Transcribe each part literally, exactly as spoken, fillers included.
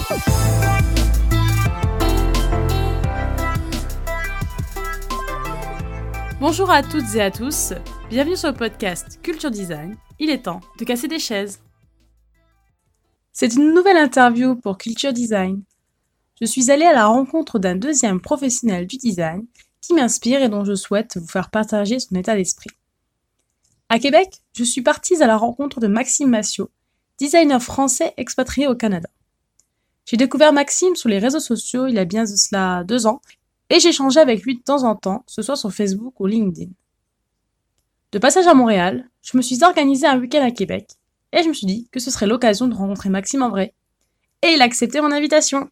Bonjour à toutes et à tous, bienvenue sur le podcast Culture Design, il est temps de casser des chaises. C'est une nouvelle interview pour Culture Design. Je suis allée à la rencontre d'un deuxième professionnel du design qui m'inspire et dont je souhaite vous faire partager son état d'esprit. À Québec, je suis partie à la rencontre de Maxime Massiot, designer français expatrié au Canada. J'ai découvert Maxime sur les réseaux sociaux il y a bien de cela deux ans et j'échangeais avec lui de temps en temps, que ce soit sur Facebook ou LinkedIn. De passage à Montréal, je me suis organisé un week-end à Québec et je me suis dit que ce serait l'occasion de rencontrer Maxime en vrai. Et il a accepté mon invitation.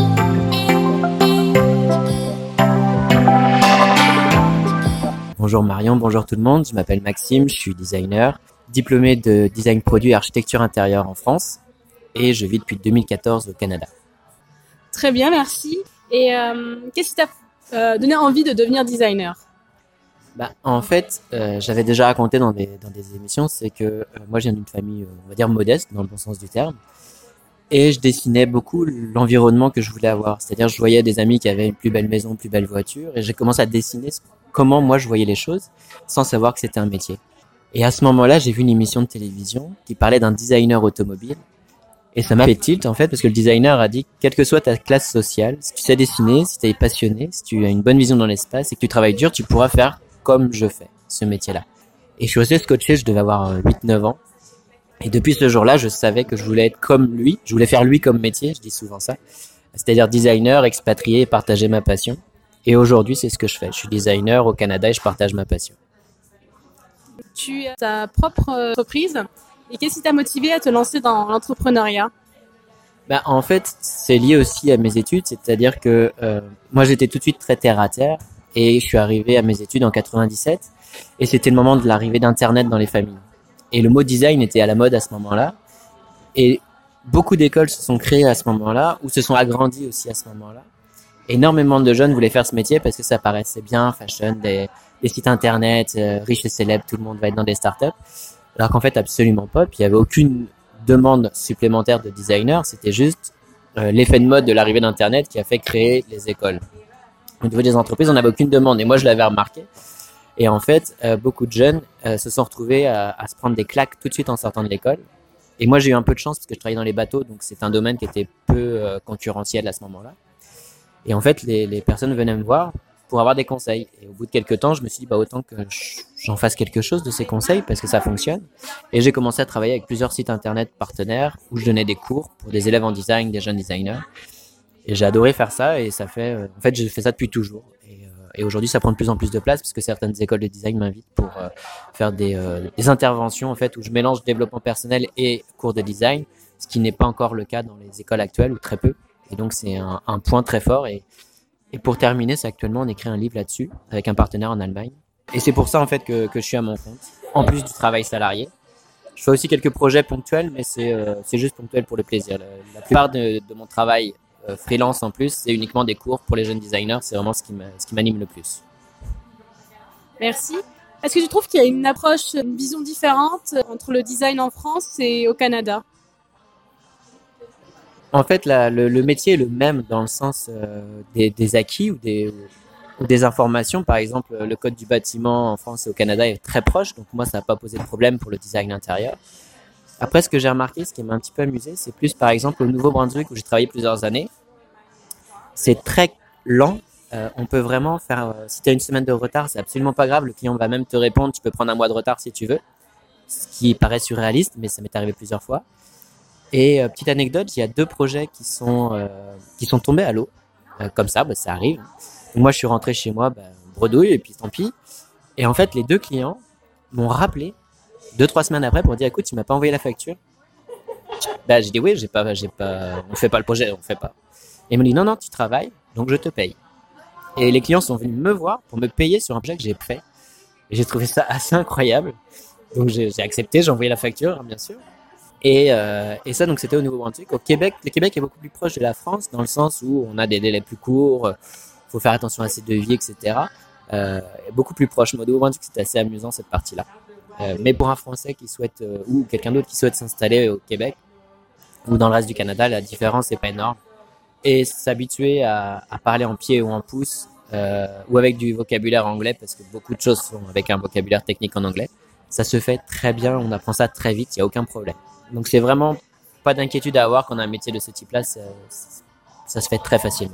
Bonjour Marion, bonjour tout le monde, je m'appelle Maxime, je suis designer, diplômé de design produit et architecture intérieure en France et je vis depuis deux mille quatorze au Canada. Très bien, merci. Et euh, qu'est-ce qui t'a euh, donné envie de devenir designer ? Bah, en fait, euh, j'avais déjà raconté dans des, dans des émissions, c'est que euh, moi je viens d'une famille, euh, on va dire modeste, dans le bon sens du terme, et je dessinais beaucoup l'environnement que je voulais avoir. C'est-à-dire, je voyais des amis qui avaient une plus belle maison, une plus belle voiture, et j'ai commencé à dessiner comment moi je voyais les choses, sans savoir que c'était un métier. Et à ce moment-là, j'ai vu une émission de télévision qui parlait d'un designer automobile, et ça m'a fait tilt en fait, parce que le designer a dit, quelle que soit ta classe sociale, si tu sais dessiner, si tu es passionné, si tu as une bonne vision dans l'espace et que tu travailles dur, tu pourras faire comme je fais, ce métier-là. Et je suis resté scotché, je devais avoir huit neuf ans. Et depuis ce jour-là, je savais que je voulais être comme lui. Je voulais faire lui comme métier, je dis souvent ça. C'est-à-dire designer, expatrié et partager ma passion. Et aujourd'hui, c'est ce que je fais. Je suis designer au Canada et je partage ma passion. Tu as ta propre entreprise. Et qu'est-ce qui t'a motivé à te lancer dans l'entrepreneuriat ? Bah, en fait, c'est lié aussi à mes études. C'est-à-dire que euh, moi, j'étais tout de suite très terre à terre. Et je suis arrivé à mes études en quatre-vingt-dix-sept. Et c'était le moment de l'arrivée d'Internet dans les familles. Et le mot design était à la mode à ce moment-là. Et beaucoup d'écoles se sont créées à ce moment-là, ou se sont agrandies aussi à ce moment-là. Énormément de jeunes voulaient faire ce métier parce que ça paraissait bien, fashion, des, des sites internet, euh, riches et célèbres, tout le monde va être dans des startups. Alors qu'en fait, absolument pas. Puis il y avait aucune demande supplémentaire de designers. C'était juste euh, l'effet de mode de l'arrivée d'Internet qui a fait créer les écoles. Au niveau des entreprises, on n'avait aucune demande. Et moi, je l'avais remarqué. Et en fait, euh, beaucoup de jeunes euh, se sont retrouvés à, à se prendre des claques tout de suite en sortant de l'école. Et moi, j'ai eu un peu de chance parce que je travaillais dans les bateaux, donc c'est un domaine qui était peu euh, concurrentiel à ce moment-là. Et en fait, les, les personnes venaient me voir pour avoir des conseils. Et au bout de quelques temps, je me suis dit, bah, autant que j'en fasse quelque chose de ces conseils parce que ça fonctionne. Et j'ai commencé à travailler avec plusieurs sites internet partenaires où je donnais des cours pour des élèves en design, des jeunes designers. Et j'ai adoré faire ça et ça fait, euh, en fait, j'ai fait ça depuis toujours. Et, euh, et aujourd'hui, ça prend de plus en plus de place parce que certaines écoles de design m'invitent pour euh, faire des, euh, des interventions, en fait, où je mélange développement personnel et cours de design, ce qui n'est pas encore le cas dans les écoles actuelles ou très peu. Et donc, c'est un, un point très fort. Et, et pour terminer, c'est actuellement, on écrit un livre là-dessus avec un partenaire en Allemagne. Et c'est pour ça, en fait, que, que je suis à mon compte, en plus du travail salarié. Je fais aussi quelques projets ponctuels, mais c'est, euh, c'est juste ponctuel pour le plaisir. La, la plupart de, de mon travail euh, freelance en plus, c'est uniquement des cours pour les jeunes designers. C'est vraiment ce qui, m'a, ce qui m'anime le plus. Merci. Est-ce que tu trouves qu'il y a une approche, une vision différente entre le design en France et au Canada ? En fait, la, le, le métier est le même dans le sens euh, des, des acquis ou des, ou des informations. Par exemple, le code du bâtiment en France et au Canada est très proche, donc moi, ça n'a pas posé de problème pour le design intérieur. Après, ce que j'ai remarqué, ce qui m'a un petit peu amusé, c'est plus, par exemple, au Nouveau-Brunswick où j'ai travaillé plusieurs années. C'est très lent. Euh, on peut vraiment faire... Euh, si tu as une semaine de retard, c'est absolument pas grave. Le client va même te répondre. Tu peux prendre un mois de retard si tu veux. Ce qui paraît surréaliste, mais ça m'est arrivé plusieurs fois. Et euh, petite anecdote, il y a deux projets qui sont euh, qui sont tombés à l'eau. Euh, comme ça, bah, ça arrive. Donc, moi, je suis rentré chez moi, bah, bredouille, et puis tant pis. Et en fait, les deux clients m'ont rappelé deux, trois semaines après pour dire, écoute, tu m'as pas envoyé la facture. Bah, j'ai dit, oui, j'ai pas, j'ai pas, on fait pas le projet, on fait pas. Et ils m'ont dit, non, non, tu travailles, donc je te paye. Et les clients sont venus me voir pour me payer sur un projet que j'ai fait. Et j'ai trouvé ça assez incroyable. Donc, j'ai, j'ai accepté, j'ai envoyé la facture, hein, bien sûr. Et, euh, et ça, donc, c'était au Nouveau-Brunswick. Au Québec, le Québec est beaucoup plus proche de la France dans le sens où on a des délais plus courts, faut faire attention à ses devis, et cetera. Euh, beaucoup plus proche. Au Nouveau-Brunswick, c'était assez amusant, cette partie-là. Euh, mais pour un Français qui souhaite, euh, ou quelqu'un d'autre qui souhaite s'installer au Québec, ou dans le reste du Canada, la différence n'est pas énorme. Et s'habituer à, à parler en pied ou en pouce, euh, ou avec du vocabulaire anglais, parce que beaucoup de choses sont avec un vocabulaire technique en anglais, ça se fait très bien, on apprend ça très vite, il n'y a aucun problème. Donc c'est vraiment pas d'inquiétude à avoir quand on a un métier de ce type-là, ça, ça se fait très facilement.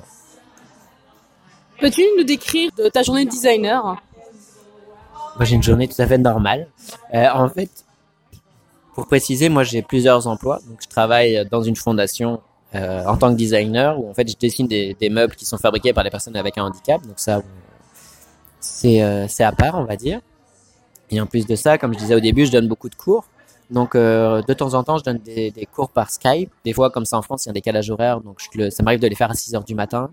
Peux-tu nous décrire de ta journée de designer ? Moi, j'ai une journée tout à fait normale. Euh, en fait, pour préciser, moi, j'ai plusieurs emplois. Donc, je travaille dans une fondation euh, en tant que designer où, en fait, je dessine des, des meubles qui sont fabriqués par les personnes avec un handicap. Donc, ça, c'est, euh, c'est à part, on va dire. Et en plus de ça, comme je disais au début, je donne beaucoup de cours. Donc, euh, de temps en temps, je donne des, des cours par Skype. Des fois, comme ça en France, il y a un décalage horaire. Donc, je le, ça m'arrive de les faire à six heures du matin.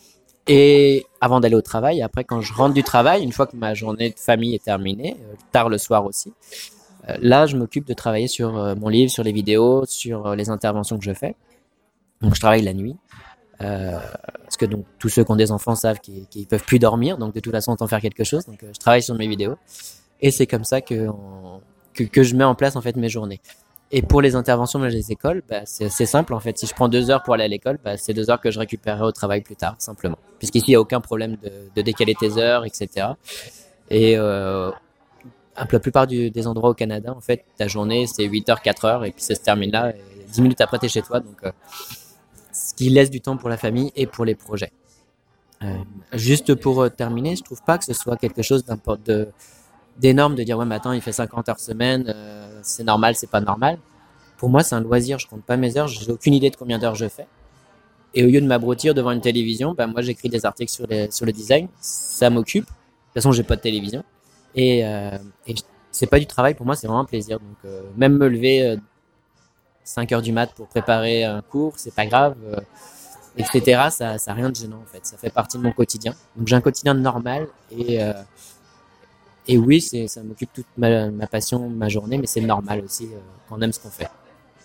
Et avant d'aller au travail, après quand je rentre du travail, une fois que ma journée de famille est terminée, euh, tard le soir aussi, euh, là je m'occupe de travailler sur euh, mon livre, sur les vidéos, sur euh, les interventions que je fais. Donc je travaille la nuit, euh, parce que donc tous ceux qui ont des enfants savent qu'ils, qu'ils peuvent plus dormir, donc de toute façon autant faire quelque chose. Donc euh, je travaille sur mes vidéos et c'est comme ça que, on, que que je mets en place en fait mes journées. Et pour les interventions dans les écoles, bah, c'est assez simple en fait. Si je prends deux heures pour aller à l'école, bah, c'est deux heures que je récupérerai au travail plus tard, simplement. Puisqu'ici, il n'y a aucun problème de, de décaler tes heures, et cetera. Et euh, la plupart du, des endroits au Canada, en fait, ta journée, c'est huit heures, quatre heures, et puis ça se termine là. Et dix minutes après, tu es chez toi. Donc, euh, ce qui laisse du temps pour la famille et pour les projets. Euh, juste pour euh, terminer, je trouve pas que ce soit quelque chose d'important, de, d'énorme de dire ouais mais attends il fait cinquante heures semaine, euh, c'est normal, c'est pas normal. Pour moi c'est un loisir, je compte pas mes heures, j'ai aucune idée de combien d'heures je fais. Et au lieu de m'abrutir devant une télévision, bah moi j'écris des articles sur, les, sur le design, ça m'occupe. De toute façon j'ai pas de télévision et, euh, et c'est pas du travail pour moi, c'est vraiment un plaisir. Donc euh, même me lever euh, cinq heures du mat pour préparer un cours, c'est pas grave, euh, et cetera. Ça, ça a rien de gênant en fait, ça fait partie de mon quotidien. Donc j'ai un quotidien normal et euh, Et oui, c'est, ça m'occupe toute ma, ma passion, ma journée, mais c'est normal aussi euh, quand on aime ce qu'on fait.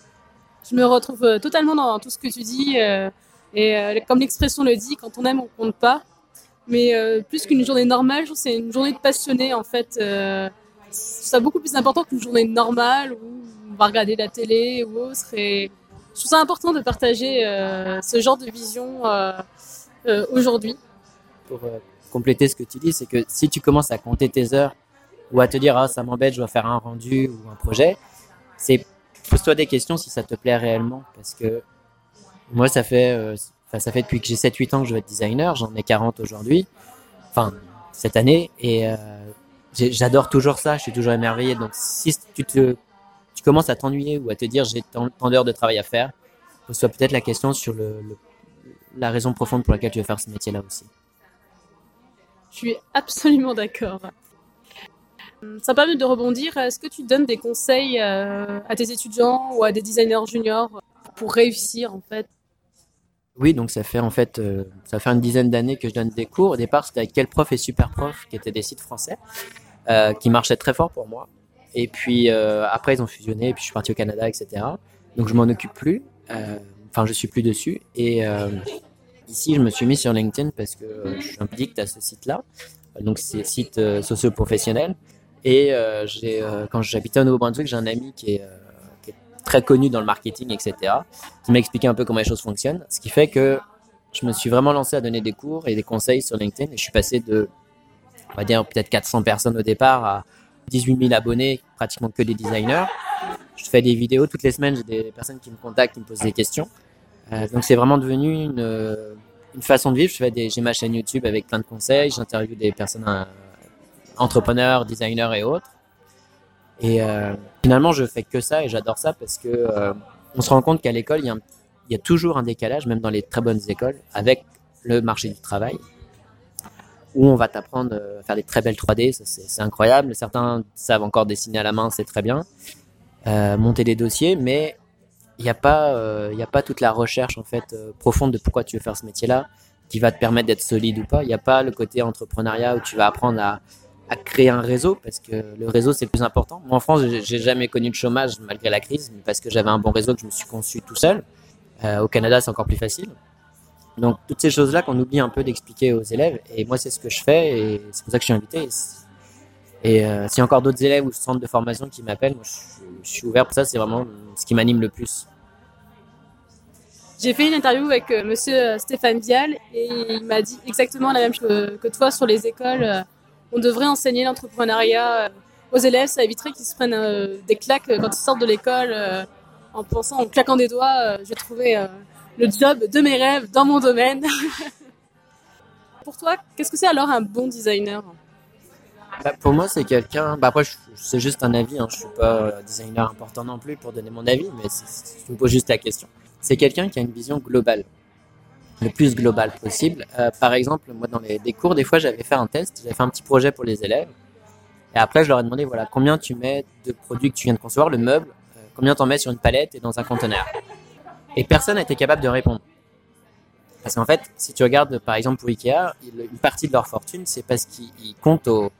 Je me retrouve euh, totalement dans tout ce que tu dis. Euh, et euh, comme l'expression le dit, quand on aime, on compte pas. Mais euh, plus qu'une journée normale, je trouve que c'est une journée de passionné, en fait. Euh, c'est beaucoup plus important qu'une journée normale où on va regarder la télé ou autre. Et je trouve ça important de partager euh, ce genre de vision euh, euh, aujourd'hui. Pour euh, compléter ce que tu dis, c'est que si tu commences à compter tes heures ou à te dire ah ça m'embête, je dois faire un rendu ou un projet, c'est pose-toi des questions si ça te plaît réellement, parce que moi ça fait euh, ça fait depuis que j'ai sept huit ans que je veux être designer, j'en ai quarante aujourd'hui, enfin cette année, et euh, j'adore toujours ça, je suis toujours émerveillé. Donc si tu te tu commences à t'ennuyer ou à te dire j'ai tant, tant d'heures de travail à faire, pose-toi peut-être la question sur le, le la raison profonde pour laquelle tu veux faire ce métier-là aussi. Je suis absolument d'accord. Ça me permet de rebondir. Est-ce que tu donnes des conseils euh, à tes étudiants ou à des designers juniors pour réussir en fait ? Oui, donc ça fait en fait euh, ça fait une dizaine d'années que je donne des cours. Au départ, c'était avec Quel prof et Super prof, qui étaient des sites français, euh, qui marchaient très fort pour moi. Et puis euh, après, ils ont fusionné, et puis je suis parti au Canada, et cetera. Donc je m'en occupe plus. Euh, Enfin, je suis plus dessus. Et euh, ici, je me suis mis sur LinkedIn parce que euh, je suis impliqué à ce site-là. Donc c'est site euh, socio-professionnel. Et euh, j'ai, euh, quand j'habitais au Nouveau-Brunswick, j'ai un ami qui est, euh, qui est très connu dans le marketing, et cetera, qui m'a expliqué un peu comment les choses fonctionnent. Ce qui fait que je me suis vraiment lancé à donner des cours et des conseils sur LinkedIn. Et je suis passé de, on va dire, peut-être quatre cents personnes au départ à dix-huit mille abonnés, pratiquement que des designers. Je fais des vidéos toutes les semaines, j'ai des personnes qui me contactent, qui me posent des questions. Euh, donc c'est vraiment devenu une, une façon de vivre. Je fais des, j'ai ma chaîne YouTube avec plein de conseils, j'interviewe des personnes euh, entrepreneurs, designers et autres. Et euh, finalement, je fais que ça et j'adore ça parce que euh, on se rend compte qu'à l'école, il y a, un, il y a toujours un décalage, même dans les très bonnes écoles, avec le marché du travail, où on va t'apprendre à faire des très belles trois D, ça, c'est, c'est incroyable. Certains savent encore dessiner à la main, c'est très bien. Euh, monter des dossiers, mais il n'y a pas, euh, il y a pas toute la recherche en fait euh, profonde de pourquoi tu veux faire ce métier-là, qui va te permettre d'être solide ou pas. Il n'y a pas le côté entrepreneuriat où tu vas apprendre à, à créer un réseau, parce que le réseau c'est le plus important. Moi en France, j'ai, j'ai jamais connu de chômage malgré la crise, parce que j'avais un bon réseau que je me suis conçu tout seul. Euh, au Canada, c'est encore plus facile. Donc toutes ces choses-là qu'on oublie un peu d'expliquer aux élèves, et moi c'est ce que je fais, et c'est pour ça que je suis invité. Et, et euh, s'il y a encore d'autres élèves ou centres de formation qui m'appellent, moi je, je suis ouvert pour ça, c'est vraiment ce qui m'anime le plus. J'ai fait une interview avec euh, monsieur Stéphane Vial et il m'a dit exactement la même chose que, que toi sur les écoles. Euh, on devrait enseigner l'entrepreneuriat euh, aux élèves, ça éviterait qu'ils se prennent euh, des claques quand ils sortent de l'école euh, en pensant, en claquant des doigts, euh, je vais trouver euh, le job de mes rêves dans mon domaine. Pour toi, qu'est-ce que c'est alors un bon designer ? Bah, pour moi, c'est quelqu'un. Bah, après, je- c'est juste un avis. Hein. Je suis pas euh, designer important non plus pour donner mon avis, mais c'est- c'est- je me pose juste la question. C'est quelqu'un qui a une vision globale, le plus globale possible. Euh, par exemple, moi, dans les des cours, des fois, j'avais fait un test, j'avais fait un petit projet pour les élèves, et après, je leur ai demandé, voilà, combien tu mets de produits que tu viens de concevoir, le meuble, euh, combien t'en mets sur une palette et dans un conteneur. Et personne n'a été capable de répondre. Parce qu'en fait, si tu regardes, par exemple, pour Ikea, il- une partie de leur fortune, c'est parce qu'ils ils comptent au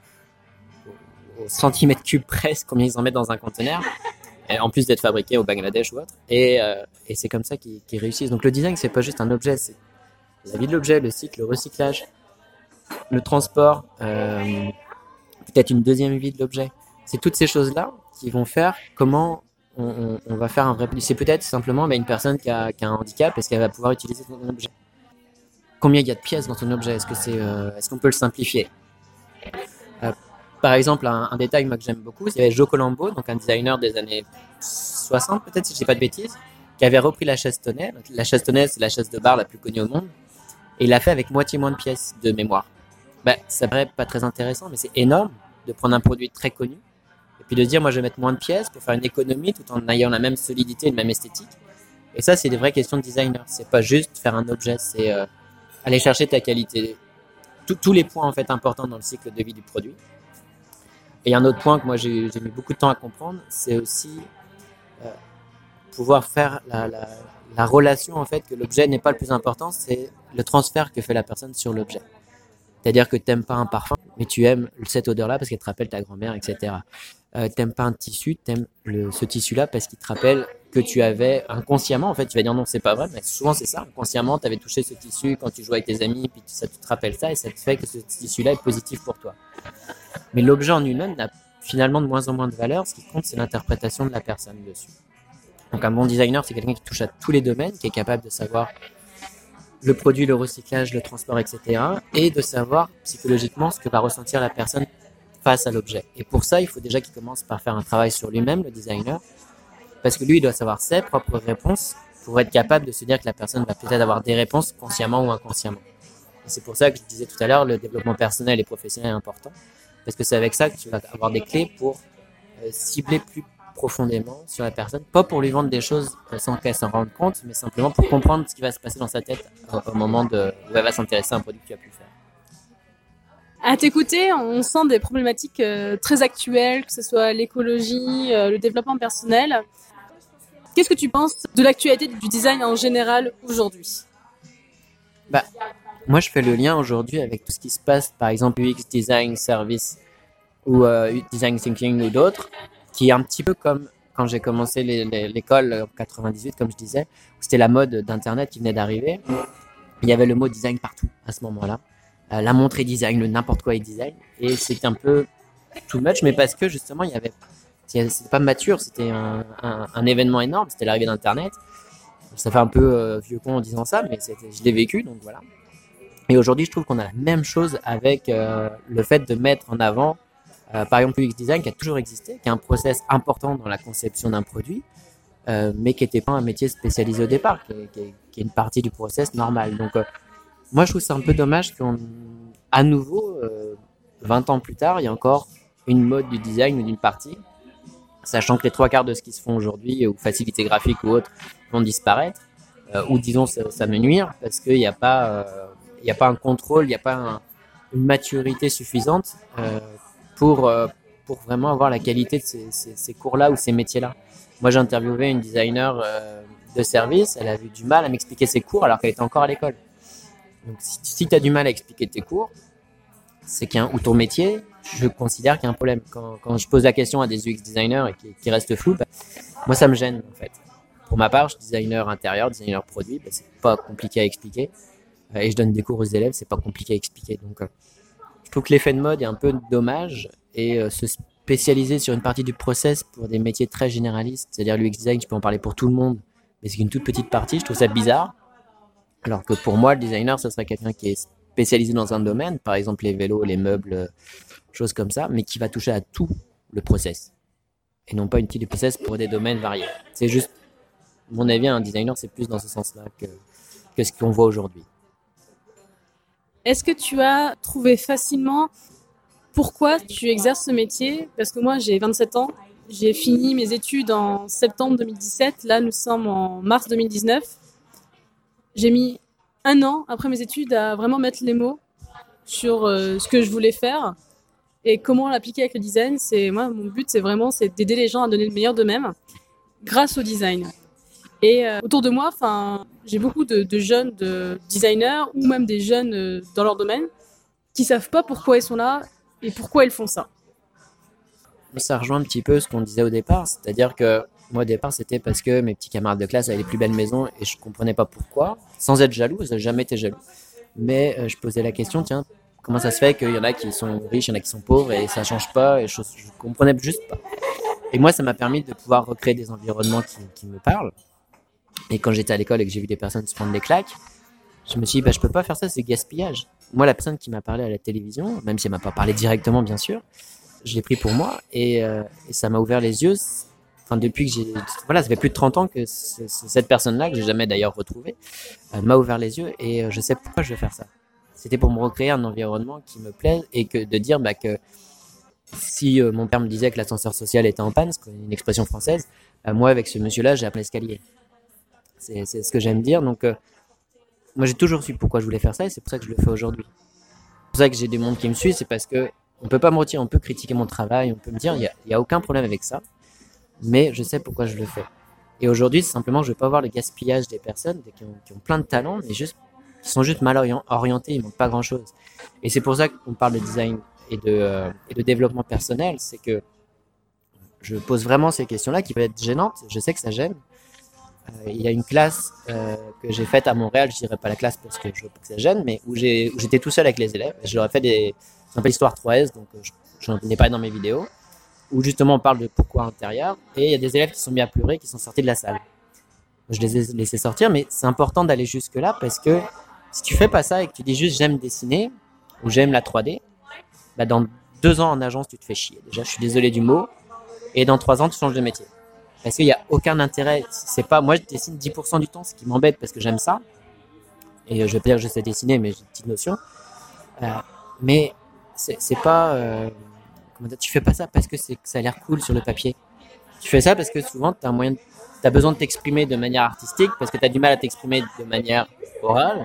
au centimètre cube presque combien ils en mettent dans un conteneur, et en plus d'être fabriqués au Bangladesh ou autre. Et, euh, et c'est comme ça qu'ils, qu'ils réussissent. Donc le design, c'est pas juste un objet, c'est la vie de l'objet, le cycle, le recyclage, le transport, euh, peut-être une deuxième vie de l'objet. C'est toutes ces choses-là qui vont faire comment on, on, on va faire un vrai. C'est peut-être simplement bah, une personne qui a, qui a un handicap, est-ce qu'elle va pouvoir utiliser son objet. Combien il y a de pièces dans ton objet? Est-ce que c'est, euh, est-ce qu'on peut le simplifier? Euh, Par exemple, un, un détail moi, que j'aime beaucoup, il y avait Joe Colombo, donc un designer des années soixante peut-être, si je ne dis pas de bêtises, qui avait repris la chaise tonnet. Donc, la chaise tonnet, c'est la chaise de bar la plus connue au monde. Et il l'a fait avec moitié moins de pièces de mémoire. Ben, ça paraît pas très intéressant, mais c'est énorme de prendre un produit très connu et puis de se dire, moi, je vais mettre moins de pièces pour faire une économie tout en ayant la même solidité et la même esthétique. Et ça, c'est des vraies questions de designer. C'est pas juste faire un objet, c'est euh, aller chercher ta qualité. Tout, tous les points en fait importants dans le cycle de vie du produit. Et un autre point que moi j'ai, j'ai mis beaucoup de temps à comprendre, c'est aussi euh, pouvoir faire la, la, la relation en fait que l'objet n'est pas le plus important, c'est le transfert que fait la personne sur l'objet. C'est-à-dire que t'aimes pas un parfum, mais tu aimes cette odeur-là parce qu'elle te rappelle ta grand-mère, et cetera. Euh, t'aimes pas un tissu, t'aimes le, ce tissu-là parce qu'il te rappelle que tu avais inconsciemment, en fait, tu vas dire non, c'est pas vrai, mais souvent c'est ça, inconsciemment, t'avais touché ce tissu quand tu jouais avec tes amis, puis ça te rappelle ça et ça te fait que ce tissu-là est positif pour toi. Mais l'objet en lui-même n'a finalement de moins en moins de valeur. Ce qui compte, c'est l'interprétation de la personne dessus. Donc un bon designer, c'est quelqu'un qui touche à tous les domaines, qui est capable de savoir le produit, le recyclage, le transport, et cetera. Et de savoir psychologiquement ce que va ressentir la personne face à l'objet. Et pour ça, il faut déjà qu'il commence par faire un travail sur lui-même, le designer, parce que lui, il doit savoir ses propres réponses pour être capable de se dire que la personne va peut-être avoir des réponses consciemment ou inconsciemment. Et c'est pour ça que je disais tout à l'heure, le développement personnel et professionnel est important. Parce que c'est avec ça que tu vas avoir des clés pour euh, cibler plus profondément sur la personne, pas pour lui vendre des choses sans qu'elle s'en rende compte, mais simplement pour comprendre ce qui va se passer dans sa tête au, au moment de, où elle va s'intéresser à un produit que tu as pu faire. À t'écouter, on sent des problématiques euh, très actuelles, que ce soit l'écologie, euh, le développement personnel. Qu'est-ce que tu penses de l'actualité du design en général aujourd'hui ? Bah, moi, je fais le lien aujourd'hui avec tout ce qui se passe, par exemple, U X design, service ou euh, design thinking ou d'autres, qui est un petit peu comme quand j'ai commencé les, les, l'école en quatre-vingt-dix-huit, comme je disais, où c'était la mode d'Internet qui venait d'arriver. Il y avait le mot design partout à ce moment-là. Euh, la montre est design, le n'importe quoi est design. Et c'était un peu too much, mais parce que justement, il y avait, c'était pas mature, c'était un, un, un événement énorme, c'était l'arrivée d'Internet. Ça fait un peu euh, vieux con en disant ça, mais c'était, je l'ai vécu, donc voilà. Et aujourd'hui, je trouve qu'on a la même chose avec euh, le fait de mettre en avant, euh, par exemple, l'U X design qui a toujours existé, qui est un process important dans la conception d'un produit, euh, mais qui n'était pas un métier spécialisé au départ, qui est, qui est, qui est une partie du process normal. Donc, euh, moi, je trouve c'est un peu dommage qu'à nouveau, euh, vingt ans plus tard, il y a encore une mode du design ou d'une partie, sachant que les trois quarts de ce qui se font aujourd'hui, ou facilité graphique ou autre, vont disparaître, euh, ou disons ça, ça me nuire, parce qu'il n'y a pas... Euh, il n'y a pas un contrôle, il n'y a pas un, une maturité suffisante euh, pour, euh, pour vraiment avoir la qualité de ces, ces, ces cours-là ou ces métiers-là. Moi, j'ai interviewé une designer euh, de service, elle a eu du mal à m'expliquer ses cours alors qu'elle était encore à l'école. Donc, si, si tu as du mal à expliquer tes cours, c'est qu'il y a un, ou ton métier, je considère qu'il y a un problème. Quand, quand je pose la question à des U X designers et qui, qui restent flous, bah, moi, ça me gêne en fait. Pour ma part, je suis designer intérieur, designer produit, bah, c'est pas compliqué à expliquer. Et je donne des cours aux élèves, c'est pas compliqué à expliquer. Donc, euh, je trouve que l'effet de mode est un peu dommage et euh, se spécialiser sur une partie du process pour des métiers très généralistes, c'est-à-dire l'U X design, je peux en parler pour tout le monde, mais c'est qu'une toute petite partie. Je trouve ça bizarre. Alors que pour moi, le designer, ce serait quelqu'un qui est spécialisé dans un domaine, par exemple les vélos, les meubles, choses comme ça, mais qui va toucher à tout le process. Et non pas une petite process pour des domaines variés. C'est juste, à mon avis, un designer, c'est plus dans ce sens-là que, que ce qu'on voit aujourd'hui. Est-ce que tu as trouvé facilement pourquoi tu exerces ce métier? Parce que moi, j'ai vingt-sept ans, j'ai fini mes études en septembre deux mille dix-sept, là nous sommes en mars deux mille dix-neuf. J'ai mis un an après mes études à vraiment mettre les mots sur euh, ce que je voulais faire et comment l'appliquer avec le design. C'est, moi, mon but, c'est vraiment c'est d'aider les gens à donner le meilleur d'eux-mêmes grâce au design. Et euh, autour de moi, enfin, j'ai beaucoup de, de jeunes de designers ou même des jeunes euh, dans leur domaine qui savent pas pourquoi ils sont là et pourquoi ils font ça. Ça rejoint un petit peu ce qu'on disait au départ, c'est-à-dire que moi au départ c'était parce que mes petits camarades de classe avaient les plus belles maisons et je comprenais pas pourquoi, sans être jaloux, j'ai jamais été jaloux, mais euh, je posais la question, tiens, comment ça se fait qu'il y en a qui sont riches, il y en a qui sont pauvres et ça change pas et je, je comprenais juste pas. Et moi ça m'a permis de pouvoir recréer des environnements qui, qui me parlent. Et quand j'étais à l'école et que j'ai vu des personnes se prendre des claques, je me suis dit bah je peux pas faire ça, c'est gaspillage. Moi la personne qui m'a parlé à la télévision, même si elle m'a pas parlé directement bien sûr, je l'ai pris pour moi et, euh, et ça m'a ouvert les yeux. Enfin, depuis que j'ai, voilà, ça fait plus de trente ans que c- c- cette personne-là, que j'ai jamais d'ailleurs retrouvée, euh, m'a ouvert les yeux et euh, je sais pourquoi je vais faire ça. C'était pour me recréer un environnement qui me plaise et que de dire bah, que si euh, mon père me disait que l'ascenseur social était en panne, c'est une expression française, euh, moi avec ce monsieur-là, j'ai appelé l'escalier. C'est, c'est ce que j'aime dire. Donc, euh, moi j'ai toujours su pourquoi je voulais faire ça et c'est pour ça que je le fais aujourd'hui. C'est pour ça que j'ai des mondes qui me suivent, c'est parce que on peut pas me retirer, on peut critiquer mon travail, on peut me dire, il y a, il y a aucun problème avec ça, mais je sais pourquoi je le fais. Et aujourd'hui, c'est simplement, je veux pas voir le gaspillage des personnes qui ont, qui ont plein de talents, mais juste, qui sont juste mal orientés, ils manquent pas grand chose. Et c'est pour ça qu'on parle de design et de, euh, et de développement personnel, c'est que je pose vraiment ces questions-là qui peuvent être gênantes, je sais que ça gêne. Euh, il y a une classe euh, que j'ai faite à Montréal, je dirais pas la classe parce que je veux pas que ça gêne, mais où, j'ai, où j'étais tout seul avec les élèves, je leur ai fait des, ça s'appelle Histoire trois S, donc je, j'en ai parlé dans mes vidéos, où justement on parle de pourquoi intérieur, et il y a des élèves qui sont mis à pleurer, qui sont sortis de la salle. Je les ai laissés sortir, mais c'est important d'aller jusque-là parce que si tu fais pas ça et que tu dis juste j'aime dessiner ou j'aime la trois D, bah dans deux ans en agence tu te fais chier. Déjà, je suis désolé du mot, et dans trois ans tu changes de métier. Parce qu'il n'y a aucun intérêt. C'est pas, moi je dessine dix pour cent du temps, ce qui m'embête parce que j'aime ça. Et je vais pas dire que je sais dessiner, mais j'ai une petite notion. Euh, mais c'est, c'est pas, euh, comment dire, tu fais pas ça parce que c'est, ça a l'air cool sur le papier. Tu fais ça parce que souvent tu as un moyen, tu as besoin de t'exprimer de manière artistique parce que tu as du mal à t'exprimer de manière orale.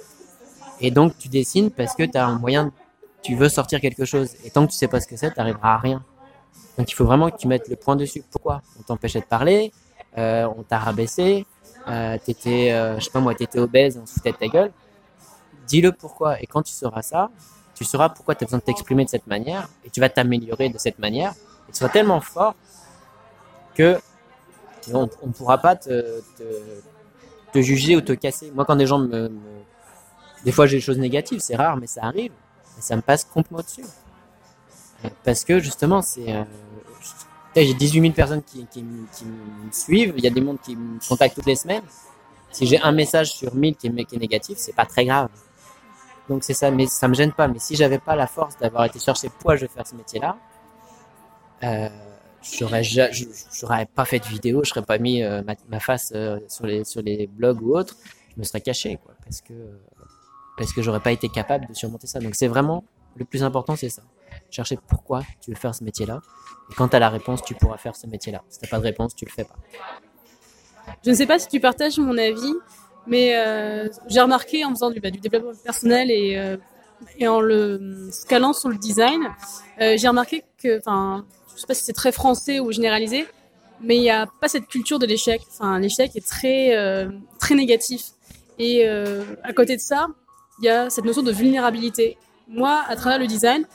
Et donc tu dessines parce que tu as un moyen, tu veux sortir quelque chose. Et tant que tu sais pas ce que c'est, tu n'arriveras à rien. Donc il faut vraiment que tu mettes le point dessus. Pourquoi? On t'empêchait de parler, euh, on t'a rabaissé, euh, t'étais, euh, je sais pas moi, t'étais obèse, on se foutait de ta gueule. Dis-le pourquoi. Et quand tu sauras ça, tu sauras pourquoi tu as besoin de t'exprimer de cette manière et tu vas t'améliorer de cette manière. Et tu seras tellement fort que on ne pourra pas te, te, te juger ou te casser. Moi, quand des gens me, me... Des fois, j'ai des choses négatives, c'est rare, mais ça arrive. Et ça me passe complètement dessus. Parce que justement, c'est, euh, j'ai dix-huit mille personnes qui, qui, qui me suivent. Il y a des mondes qui me contactent toutes les semaines. Si j'ai un message sur mille qui est, qui est négatif, c'est pas très grave. Donc c'est ça, mais ça me gêne pas. Mais si j'avais pas la force d'avoir été chercher pourquoi je veux faire ce métier-là, euh, j'aurais, j'aurais pas fait de vidéo, je serais pas mis euh, ma, ma face euh, sur les sur les blogs ou autres. Je me serais caché, quoi, parce que parce que j'aurais pas été capable de surmonter ça. Donc c'est vraiment le plus important, c'est ça. Chercher pourquoi tu veux faire ce métier-là. Et quand tu as la réponse, tu pourras faire ce métier-là. Si tu n'as pas de réponse, tu le fais pas. Je ne sais pas si tu partages mon avis, mais euh, j'ai remarqué en faisant du, bah, du développement personnel et, euh, et en le scalant sur le design, euh, j'ai remarqué que, enfin, je ne sais pas si c'est très français ou généralisé, mais il n'y a pas cette culture de l'échec. Enfin, l'échec est très, euh, très négatif. Et euh, à côté de ça, il y a cette notion de vulnérabilité. Moi, à travers le design,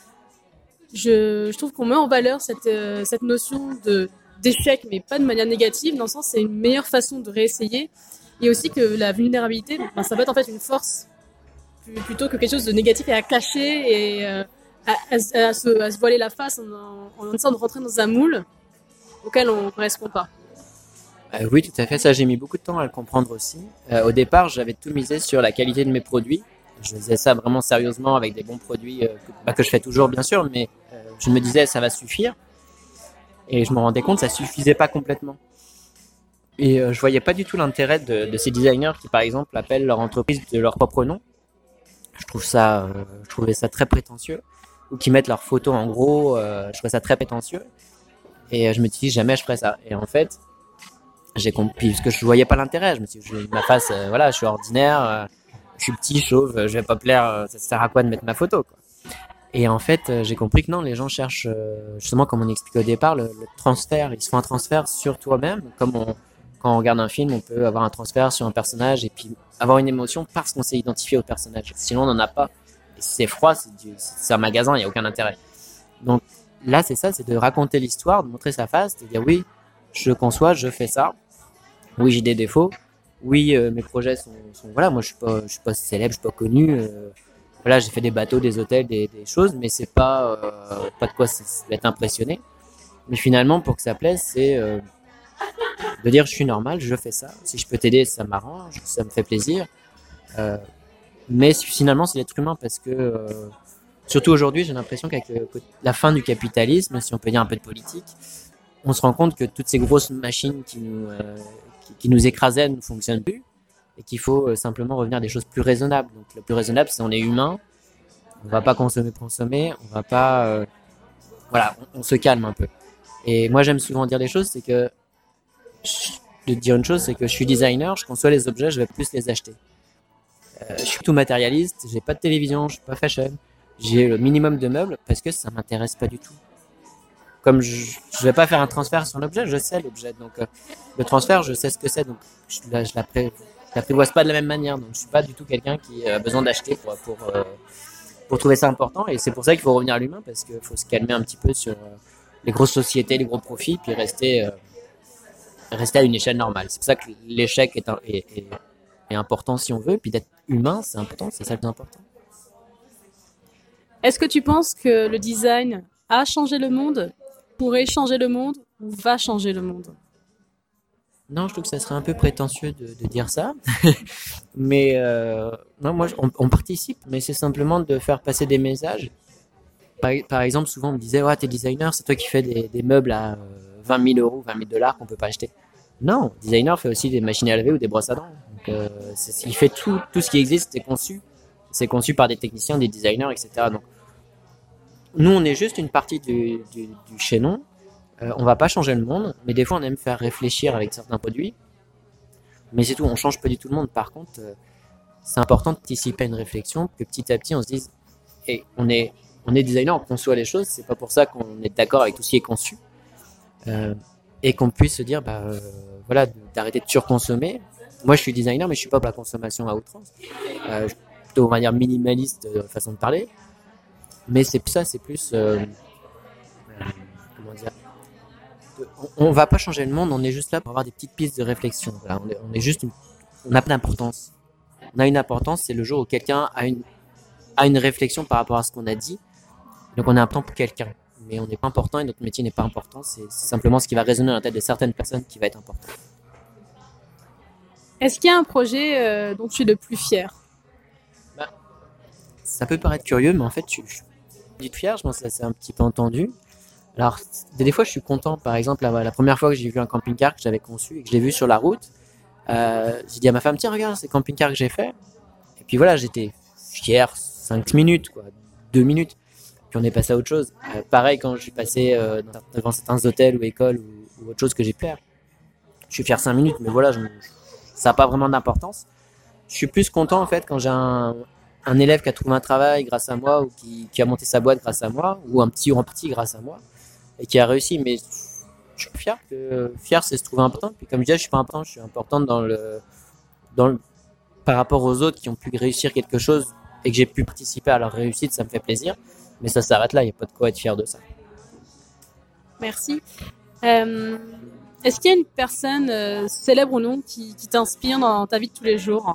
je, je trouve qu'on met en valeur cette, euh, cette notion de, d'échec, mais pas de manière négative, dans le sens c'est une meilleure façon de réessayer. Et aussi que la vulnérabilité, ben, ça peut être en fait une force plutôt que quelque chose de négatif et à cacher et euh, à, à, à, se, à se voiler la face en, en, en essayant de rentrer dans un moule auquel on ne correspond pas. Euh, oui, tout à fait. Ça, j'ai mis beaucoup de temps à le comprendre aussi. Euh, au départ, j'avais tout misé sur la qualité de mes produits. Je faisais ça vraiment sérieusement avec des bons produits euh, que, bah, que je fais toujours, bien sûr, mais euh, je me disais ça va suffire. Et je me rendais compte que ça suffisait pas complètement. Et euh, je voyais pas du tout l'intérêt de, de ces designers qui, par exemple, appellent leur entreprise de leur propre nom. Je trouve ça, euh, je trouvais ça très prétentieux. Ou qui mettent leurs photos en gros. Euh, je trouvais ça très prétentieux. Et euh, je me dis jamais je ferais ça. Et en fait, j'ai compris parce que je voyais pas l'intérêt. Je me suis dit, je, ma face, euh, voilà, je suis ordinaire, euh, je suis petit, chauve, je vais pas plaire. Euh, ça sert à quoi de mettre ma photo, quoi. Et en fait, euh, j'ai compris que non, les gens cherchent euh, justement, comme on expliquait au départ, le, le transfert. Ils se font un transfert sur toi-même, comme on, quand on regarde un film, on peut avoir un transfert sur un personnage et puis avoir une émotion parce qu'on s'est identifié au personnage. Sinon, on n'en a pas. Et si c'est froid, c'est, du, c'est un magasin, il n'y a aucun intérêt. Donc là, c'est ça, c'est de raconter l'histoire, de montrer sa face, de dire oui, je conçois, je fais ça. Oui, j'ai des défauts. Oui, euh, mes projets sont, sont voilà, moi je suis pas, je suis pas célèbre, je suis pas connu. Euh, voilà, j'ai fait des bateaux, des hôtels, des, des choses, mais c'est pas, euh, pas de quoi être impressionné. Mais finalement, pour que ça plaise, c'est euh, de dire je suis normal, je fais ça. Si je peux t'aider, ça m'arrange, ça me fait plaisir. Euh, mais finalement, c'est l'être humain parce que euh, surtout aujourd'hui, j'ai l'impression qu'avec euh, la fin du capitalisme, si on peut dire un peu de politique, on se rend compte que toutes ces grosses machines qui nous, euh, qui, qui nous écrasaient ne fonctionnent plus et qu'il faut euh, simplement revenir à des choses plus raisonnables. Donc le plus raisonnable, c'est on est humain, on va pas consommer pour consommer, on va pas, euh, voilà, on, on se calme un peu. Et moi, j'aime souvent dire des choses, c'est que de dire une chose, c'est que je suis designer, je conçois les objets, je vais plus les acheter. Euh, je suis tout matérialiste, j'ai pas de télévision, je suis pas fashion, j'ai le minimum de meubles parce que ça m'intéresse pas du tout. Comme je, je vais pas faire un transfert sur l'objet, je sais l'objet, donc euh, le transfert, je sais ce que c'est, donc je, là, je l'appré- je l'apprivoise pas de la même manière, donc je suis pas du tout quelqu'un qui a besoin d'acheter pour pour euh, pour trouver ça important, et c'est pour ça qu'il faut revenir à l'humain parce qu'il faut se calmer un petit peu sur euh, les grosses sociétés, les gros profits, puis rester euh, rester à une échelle normale. C'est pour ça que l'échec est, un, est, est, est important si on veut, puis d'être humain, c'est important, c'est ça le plus important. Est-ce que tu penses que le design a changé le monde, pourrait changer le monde ou va changer le monde? Non, je trouve que ça serait un peu prétentieux de, de dire ça. mais euh, non, moi, on, on participe, mais c'est simplement de faire passer des messages. Par, par exemple, souvent on me disait, ouais, t'es designer, c'est toi qui fais des, des meubles à euh, vingt mille euros, vingt mille dollars qu'on peut pas acheter. Non, designer fait aussi des machines à laver ou des brosses à dents. Donc, euh, c'est, il fait tout, tout ce qui existe, c'est conçu. C'est conçu par des techniciens, des designers, et cetera. Donc, nous, on est juste une partie du, du, du chaînon. Euh, on va pas changer le monde, mais des fois, on aime faire réfléchir avec certains produits. Mais c'est tout, on change pas du tout le monde. Par contre, euh, c'est important d'anticiper une réflexion, que petit à petit, on se dise, hey, on est, on est designer, on conçoit les choses. C'est pas pour ça qu'on est d'accord avec tout ce qui est conçu. Euh, et qu'on puisse se dire, bah, euh, voilà, d'arrêter de surconsommer. Moi, je suis designer, mais je suis pas pour la consommation à outrance. Euh, je suis plutôt, on va dire, minimaliste de façon de parler. Mais c'est ça, c'est plus, euh, euh, comment dire, on, on va pas changer le monde, on est juste là pour avoir des petites pistes de réflexion. Voilà, on, est, on est juste, une, on n'a pas d'importance. On a une importance, c'est le jour où quelqu'un a une, a une réflexion par rapport à ce qu'on a dit. Donc on est important pour quelqu'un. Mais on n'est pas important et notre métier n'est pas important. C'est, c'est simplement ce qui va résonner dans la tête de certaines personnes qui va être important. Est-ce qu'il y a un projet euh, dont tu es le plus fier? Bah, ça peut paraître curieux, mais en fait, je, je suis fier, je pense que ça s'est un petit peu entendu. Alors, des fois, je suis content. Par exemple, la, la première fois que j'ai vu un camping-car que j'avais conçu et que je l'ai vu sur la route, euh, j'ai dit à ma femme, tiens, regarde, c'est le camping-car que j'ai fait. Et puis voilà, j'étais fier, cinq minutes, quoi, deux minutes. Puis on est passé à autre chose. Euh, pareil, quand je suis passé euh, devant certains hôtels ou écoles ou, ou autre chose que j'ai pu. Je suis fier cinq minutes, mais voilà, je, ça n'a pas vraiment d'importance. Je suis plus content, en fait, quand j'ai un, un élève qui a trouvé un travail grâce à moi ou qui, qui a monté sa boîte grâce à moi, ou un petit ou un petit grâce à moi, et qui a réussi. Mais je suis fier que fier, c'est se trouver important. Puis comme je disais, je suis pas important, je suis importante dans le, dans le, par rapport aux autres qui ont pu réussir quelque chose et que j'ai pu participer à leur réussite, ça me fait plaisir. Mais ça s'arrête là, il n'y a pas de quoi être fier de ça. Merci. Euh, est-ce qu'il y a une personne, euh, célèbre ou non, qui, qui t'inspire dans ta vie de tous les jours?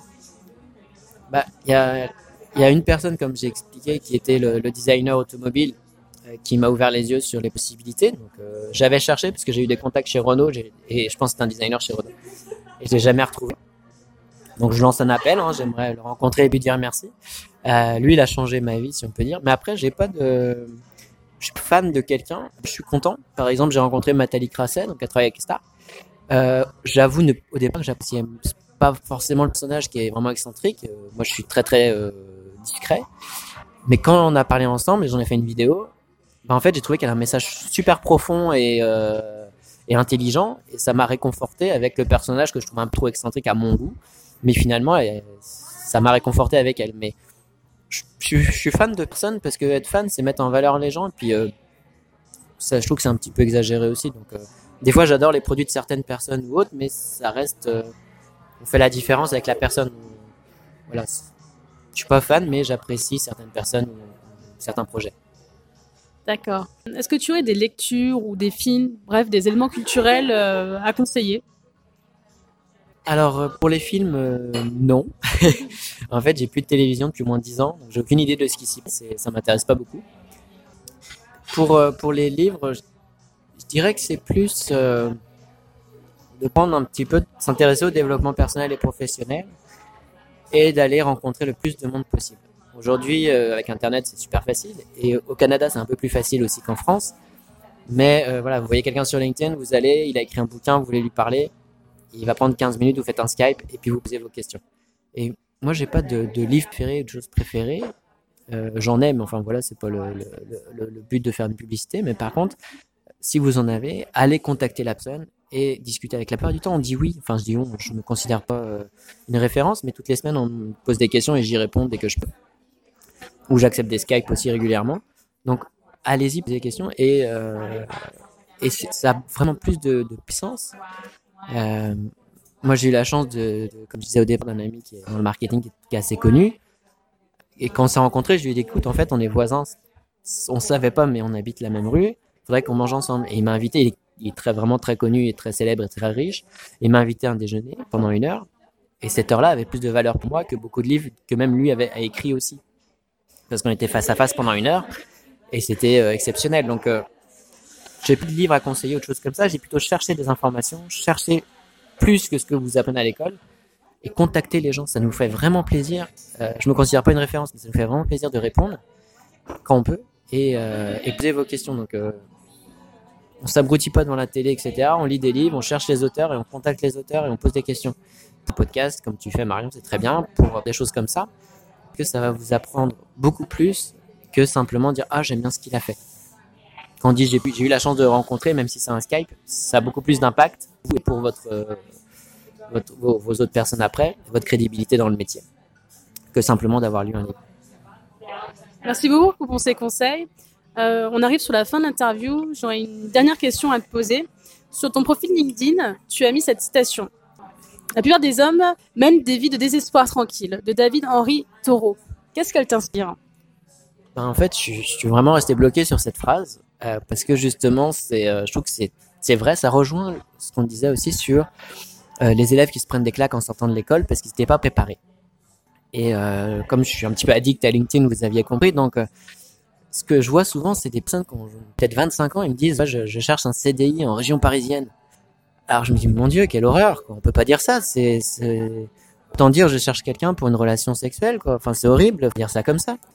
Bah, il y a, y a une personne, comme j'ai expliqué, qui était le, le designer automobile euh, qui m'a ouvert les yeux sur les possibilités. Donc, euh, j'avais cherché parce que j'ai eu des contacts chez Renault j'ai, et je pense que c'est un designer chez Renault. Et je l'ai jamais retrouvé. Donc, je lance un appel. Hein, j'aimerais le rencontrer et lui dire merci. Euh, lui, il a changé ma vie, si on peut dire. Mais après, j'ai pas de... Je suis fan de quelqu'un. Je suis content. Par exemple, j'ai rencontré Nathalie Crasset, donc elle travaille avec Star. Euh, j'avoue, ne, au départ, que j'appréciais pas forcément le personnage qui est vraiment excentrique. Euh, moi, je suis très, très euh, discret. Mais quand on a parlé ensemble et j'en ai fait une vidéo, bah, en fait, j'ai trouvé qu'elle a un message super profond et, euh, et intelligent. Et ça m'a réconforté avec le personnage que je trouve un peu trop excentrique à mon goût. Mais finalement, elle, ça m'a réconforté avec elle. Mais je, je, je suis fan de personnes parce que être fan, c'est mettre en valeur les gens. Et puis, euh, ça, je trouve que c'est un petit peu exagéré aussi. Donc, euh, des fois, j'adore les produits de certaines personnes ou autres, mais ça reste... Euh, on fait la différence avec la personne. Voilà. Je suis pas fan, mais j'apprécie certaines personnes ou certains projets. D'accord. Est-ce que tu aurais des lectures ou des films, bref, des éléments culturels euh, à conseiller? Alors, pour les films, euh, non. En fait, j'ai plus de télévision depuis au moins dix ans, donc j'ai aucune idée de ce qui s'y passe et ça m'intéresse pas beaucoup. Pour, euh, pour les livres, je, je dirais que c'est plus euh, de prendre un petit peu, de s'intéresser au développement personnel et professionnel et d'aller rencontrer le plus de monde possible. Aujourd'hui, euh, avec Internet, c'est super facile. Et au Canada, c'est un peu plus facile aussi qu'en France. Mais euh, voilà, vous voyez quelqu'un sur LinkedIn, vous allez, il a écrit un bouquin, vous voulez lui parler, il va prendre quinze minutes, vous faites un Skype et puis vous posez vos questions. Et moi, j'ai pas de, de livre préféré ou de choses préférées. Euh, j'en ai, mais enfin voilà, c'est pas le, le, le, le but de faire une publicité. Mais par contre, si vous en avez, allez contacter la personne et discuter avec la plupart du temps. On dit oui, enfin je dis on, je me considère pas euh, une référence, mais toutes les semaines on me pose des questions et j'y réponds dès que je peux. Ou j'accepte des Skype aussi régulièrement. Donc allez-y, posez des questions et, euh, et ça a vraiment plus de, de puissance. Euh, moi j'ai eu la chance de, de, comme je disais au départ, d'un ami qui est dans le marketing qui est, qui est assez connu. Et quand on s'est rencontrés, je lui ai dit écoute, en fait on est voisins, on savait pas mais on habite la même rue, faudrait qu'on mange ensemble. Et il m'a invité, il est, il est très, vraiment très connu et très célèbre et très riche. Il m'a invité à un déjeuner pendant une heure. Et cette heure-là avait plus de valeur pour moi que beaucoup de livres que même lui avait a écrit aussi. Parce qu'on était face à face pendant une heure et c'était euh, exceptionnel. Donc, euh, j'ai plus de livres à conseiller, autre chose comme ça. J'ai plutôt cherché des informations, cherché plus que ce que vous apprenez à l'école et contacter les gens. Ça nous fait vraiment plaisir. Euh, je me considère pas une référence, mais ça nous fait vraiment plaisir de répondre quand on peut et, euh, et poser vos questions. Donc, euh, on s'abrutit pas devant la télé, et cetera. On lit des livres, on cherche les auteurs et on contacte les auteurs et on pose des questions. Un podcast, comme tu fais, Marion, c'est très bien pour des choses comme ça. Que ça va vous apprendre beaucoup plus que simplement dire ah j'aime bien ce qu'il a fait. Quand on dit j'ai, j'ai eu la chance de le rencontrer, même si c'est un Skype, ça a beaucoup plus d'impact pour votre, euh, votre vos, vos autres personnes après, votre crédibilité dans le métier, que simplement d'avoir lu un livre. Merci beaucoup pour ces conseils. Euh, on arrive sur la fin de l'interview. J'aurais une dernière question à te poser. Sur ton profil LinkedIn, tu as mis cette citation. La plupart des hommes mènent des vies de désespoir tranquille, de David Henry Thoreau. Qu'est-ce qu'elle t'inspire? Ben, en fait, je, je suis vraiment resté bloqué sur cette phrase euh, parce que justement, c'est, euh, je trouve que c'est, c'est vrai, ça rejoint ce qu'on disait aussi sur euh, les élèves qui se prennent des claques en sortant de l'école parce qu'ils n'étaient pas préparés. Et euh, comme je suis un petit peu addict à LinkedIn, vous aviez compris, donc euh, ce que je vois souvent, c'est des personnes qui ont peut-être vingt-cinq ans, ils me disent ouais, je, je cherche un C D I en région parisienne. Alors je me dis mon Dieu, quelle horreur quoi. On peut pas dire ça, c'est, c'est... autant dire je cherche quelqu'un pour une relation sexuelle quoi. Enfin c'est horrible de dire ça comme ça.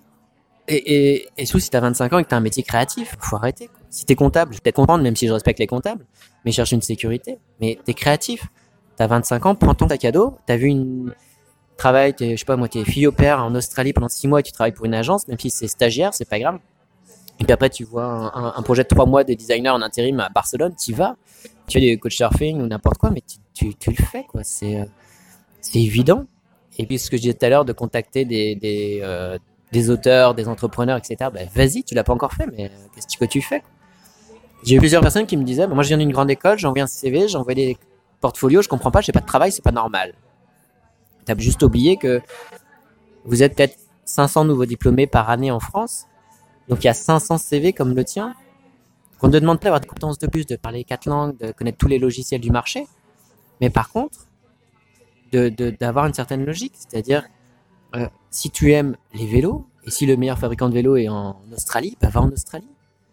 Et et et surtout si t'as vingt-cinq ans et que t'as un métier créatif, faut arrêter quoi. Si t'es comptable, je vais peut-être comprendre même si je respecte les comptables, mais cherche une sécurité. Mais t'es créatif, t'as vingt-cinq ans, prends ton sac à dos, t'as vu une travail, t'es, je sais pas moi, t'es fille au père en Australie pendant six mois et tu travailles pour une agence, même si c'est stagiaire, c'est pas grave. Et puis après tu vois un, un, un projet de trois mois de designer en intérim à Barcelone, t'y vas. Tu fais des coach surfing ou n'importe quoi, mais tu, tu, tu le fais, quoi. C'est, euh, c'est évident. Et puis, ce que je disais tout à l'heure de contacter des, des, euh, des auteurs, des entrepreneurs, et cetera. Ben, vas-y, tu l'as pas encore fait, mais euh, qu'est-ce que tu fais, quoi. J'ai eu plusieurs personnes qui me disaient, ben, moi, je viens d'une grande école, j'ai envoyé un C V, j'ai envoyé des portfolios, je comprends pas, j'ai pas de travail, c'est pas normal. T'as juste oublié que vous êtes peut-être cinq cents nouveaux diplômés par année en France. Donc, il y a cinq cents C V comme le tien. On ne demande pas d'avoir des compétences de plus, de parler quatre langues, de connaître tous les logiciels du marché. Mais par contre, de, de, d'avoir une certaine logique. C'est-à-dire, euh, si tu aimes les vélos, et si le meilleur fabricant de vélos est en Australie, bah va en Australie.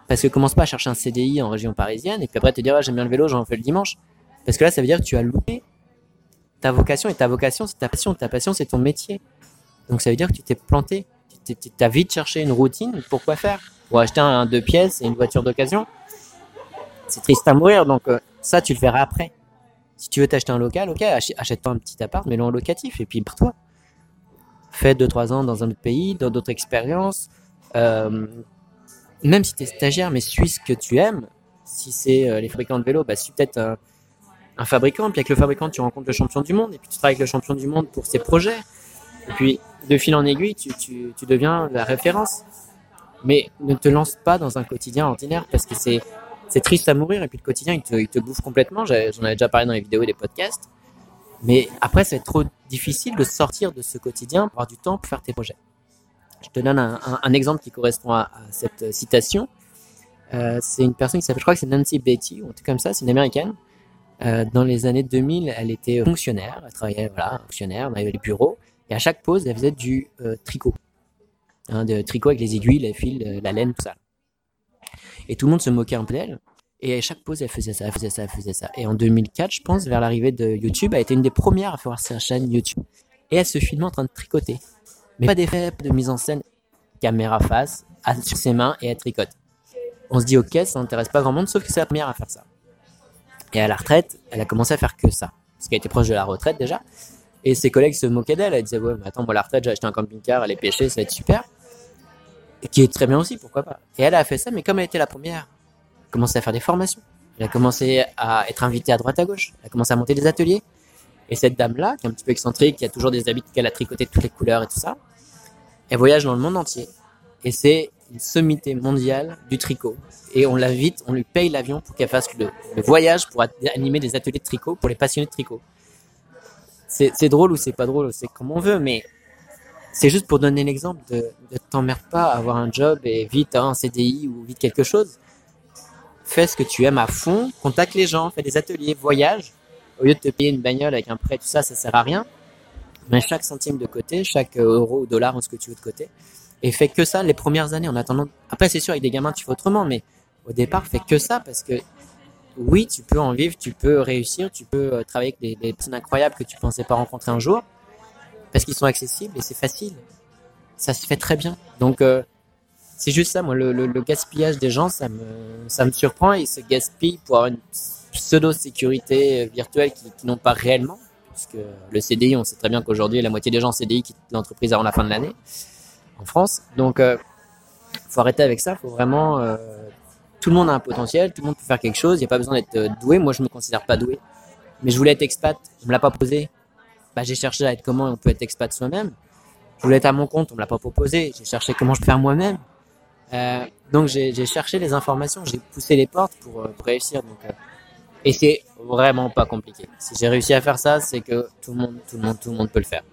Parce que commence pas à chercher un C D I en région parisienne et puis après te dire ah, j'aime bien le vélo, j'en fais le dimanche. Parce que là, ça veut dire que tu as loupé ta vocation et ta vocation, c'est ta passion. Ta passion, c'est ton métier. Donc ça veut dire que tu t'es planté. Tu as vite cherché une routine. Pourquoi faire? Pour acheter un, un deux pièces et une voiture d'occasion. C'est triste à mourir. Donc euh, ça, tu le verras après. Si tu veux t'acheter un local, ok, achète-toi un petit appart, mets-le en locatif et puis barre-toi. Fais deux trois ans dans un autre pays, dans d'autres expériences. Euh, même si tu es stagiaire, mais suis ce que tu aimes. Si c'est euh, les fabricants de vélos, bah suis peut-être un, un fabricant. Puis avec le fabricant, tu rencontres le champion du monde et puis tu travailles avec le champion du monde pour ses projets. Et puis de fil en aiguille, tu, tu, tu deviens la référence. Mais ne te lance pas dans un quotidien ordinaire parce que c'est c'est triste à mourir et puis le quotidien il te, il te bouffe complètement. J'en avais déjà parlé dans les vidéos et les podcasts. Mais après, c'est trop difficile de sortir de ce quotidien pour avoir du temps pour faire tes projets. Je te donne un, un, un exemple qui correspond à, à cette citation. Euh, c'est une personne qui s'appelle, je crois que c'est Nancy Beatty, ou un truc comme ça, c'est une américaine. Euh, dans les années deux mille, elle était fonctionnaire, elle travaillait, voilà, fonctionnaire, dans les bureaux. Et à chaque pause, elle faisait du euh, tricot. Hein, de tricot avec les aiguilles, les fils, la laine, tout ça. Et tout le monde se moquait un peu d'elle. Et à chaque pause, elle faisait ça, elle faisait ça, elle faisait ça. Et en deux mille quatre, je pense, vers l'arrivée de YouTube, elle a été une des premières à faire sa chaîne YouTube. Et elle se filmait en train de tricoter. Mais pas d'effet, pas de mise en scène. Caméra face, sur ses mains et elle tricote. On se dit, ok, ça n'intéresse pas grand monde, sauf que c'est la première à faire ça. Et à la retraite, elle a commencé à faire que ça. Parce qu'elle était proche de la retraite déjà. Et ses collègues se moquaient d'elle. Elle disait, ouais, mais attends, moi, à la retraite, j'ai acheté un camping-car, aller pêcher, ça va être super. Et qui est très bien aussi, pourquoi pas. Et elle a fait ça, mais comme elle était la première, elle a commencé à faire des formations. Elle a commencé à être invitée à droite à gauche. Elle a commencé à monter des ateliers. Et cette dame-là, qui est un petit peu excentrique, qui a toujours des habits qu'elle a tricotés de toutes les couleurs et tout ça, elle voyage dans le monde entier. Et c'est une sommité mondiale du tricot. Et on l'invite, on lui paye l'avion pour qu'elle fasse le, le voyage pour animer des ateliers de tricot pour les passionnés de tricot. C'est, c'est drôle ou c'est pas drôle, c'est comme on veut, mais c'est juste pour donner l'exemple de ne t'emmerde pas à avoir un job et vite hein, un C D I ou vite quelque chose. Fais ce que tu aimes à fond, contacte les gens, fais des ateliers, voyage. Au lieu de te payer une bagnole avec un prêt, tout ça, ça sert à rien. Mets chaque centime de côté, chaque euro ou dollar ou ce que tu veux de côté. Et fais que ça les premières années en attendant. Après, c'est sûr, avec des gamins, tu fais autrement, mais au départ, fais que ça parce que oui, tu peux en vivre, tu peux réussir, tu peux travailler avec des, des personnes incroyables que tu pensais pas rencontrer un jour parce qu'ils sont accessibles et c'est facile. Ça se fait très bien. Donc, euh, c'est juste ça, moi, le, le, le gaspillage des gens, ça me, ça me surprend et ils se gaspillent pour avoir une pseudo-sécurité virtuelle qui, qui n'ont pas réellement. Parce que le C D I, on sait très bien qu'aujourd'hui, la moitié des gens en C D I quittent l'entreprise avant la fin de l'année en France. Donc, euh, faut arrêter avec ça. Faut vraiment, euh, tout le monde a un potentiel, tout le monde peut faire quelque chose. Il n'y a pas besoin d'être doué. Moi, je me considère pas doué, mais je voulais être expat. On me l'a pas posé. Bah, j'ai cherché à être comment on peut être expat soi-même. Je voulais être à mon compte. On me l'a pas proposé. J'ai cherché comment je peux faire moi-même. Euh, donc, j'ai, j'ai cherché les informations. J'ai poussé les portes pour, euh, pour réussir. Donc, euh, et c'est vraiment pas compliqué. Si j'ai réussi à faire ça, c'est que tout le monde, tout le monde, tout le monde peut le faire.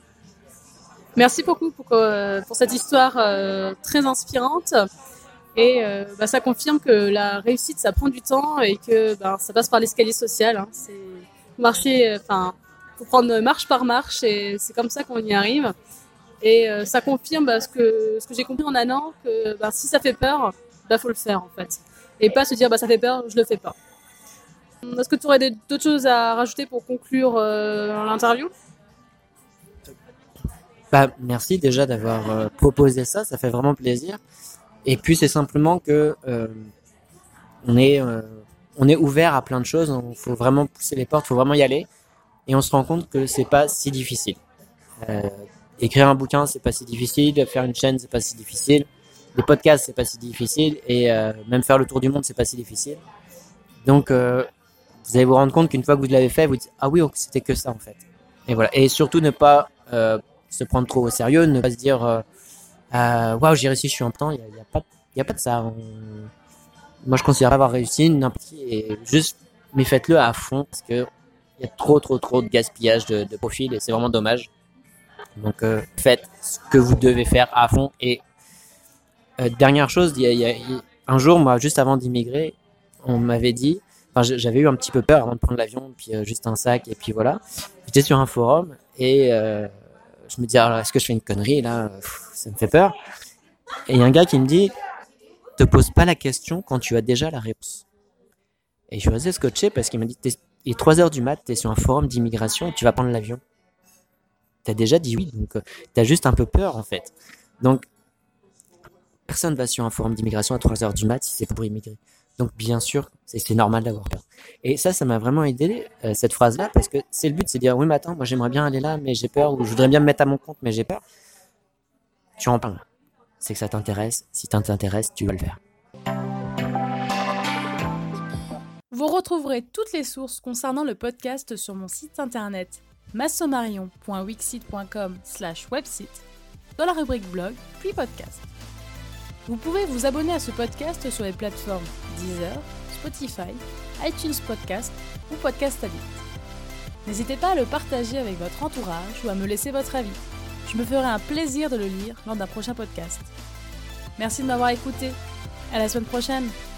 Merci beaucoup pour, euh, pour cette histoire euh, très inspirante. Et euh, bah, ça confirme que la réussite, ça prend du temps et que bah, ça passe par l'escalier social. Hein. C'est marcher, enfin, faut prendre marche par marche et c'est comme ça qu'on y arrive. Et euh, ça confirme bah, ce que ce que j'ai compris en un an que bah, si ça fait peur, bah faut le faire en fait. Et pas se dire bah ça fait peur, je le fais pas. Est-ce que tu aurais des, d'autres choses à rajouter pour conclure euh, l'interview? Bah, merci déjà d'avoir euh, proposé ça, ça fait vraiment plaisir. Et puis c'est simplement que euh, on est euh, on est ouvert à plein de choses. Il faut vraiment pousser les portes, il faut vraiment y aller. Et on se rend compte que c'est pas si difficile. Euh, écrire un bouquin, c'est pas si difficile. Faire une chaîne, c'est pas si difficile. Les podcasts, c'est pas si difficile. Et euh, même faire le tour du monde, c'est pas si difficile. Donc euh, vous allez vous rendre compte qu'une fois que vous l'avez fait, vous dites ah oui, c'était que ça en fait. Et voilà. Et surtout ne pas euh, se prendre trop au sérieux, ne pas se dire euh, waouh wow, j'ai réussi, je suis en temps. Il y a, y a pas, il y a pas de ça. On... Moi je considère avoir réussi n'importe qui et juste mais faites-le à fond parce que il y a trop trop trop de gaspillage de, de profil et c'est vraiment dommage. Donc euh, faites ce que vous devez faire à fond. Et euh, dernière chose, il y a, il y a, un jour moi juste avant d'immigrer, on m'avait dit. Enfin, j'avais eu un petit peu peur avant de prendre l'avion, puis euh, juste un sac, et puis voilà. J'étais sur un forum, et euh, je me dis, alors, est-ce que je fais une connerie, là? Pff, ça me fait peur. Et il y a un gars qui me dit, te pose pas la question quand tu as déjà la réponse. Et je suis resté scotché parce qu'il m'a dit, il est trois heures du mat, t'es sur un forum d'immigration et tu vas prendre l'avion. T'as déjà dit oui, donc euh, t'as juste un peu peur en fait. Donc, personne va sur un forum d'immigration à trois heures du mat si c'est pour immigrer. Donc bien sûr, c'est, c'est normal d'avoir peur. Et ça, ça m'a vraiment aidé, euh, cette phrase-là, parce que c'est le but, c'est de dire, oui mais attends, moi j'aimerais bien aller là, mais j'ai peur, ou je voudrais bien me mettre à mon compte, mais j'ai peur. Tu en parles. C'est que ça t'intéresse. Si ça t'intéresse, tu vas le faire. Vous retrouverez toutes les sources concernant le podcast sur mon site internet massomarion point wixsite point com slash website dans la rubrique blog puis podcast. Vous pouvez vous abonner à ce podcast sur les plateformes Deezer, Spotify, iTunes Podcast ou Podcast Addict. N'hésitez pas à le partager avec votre entourage ou à me laisser votre avis. Je me ferai un plaisir de le lire lors d'un prochain podcast. Merci de m'avoir écouté. À la semaine prochaine.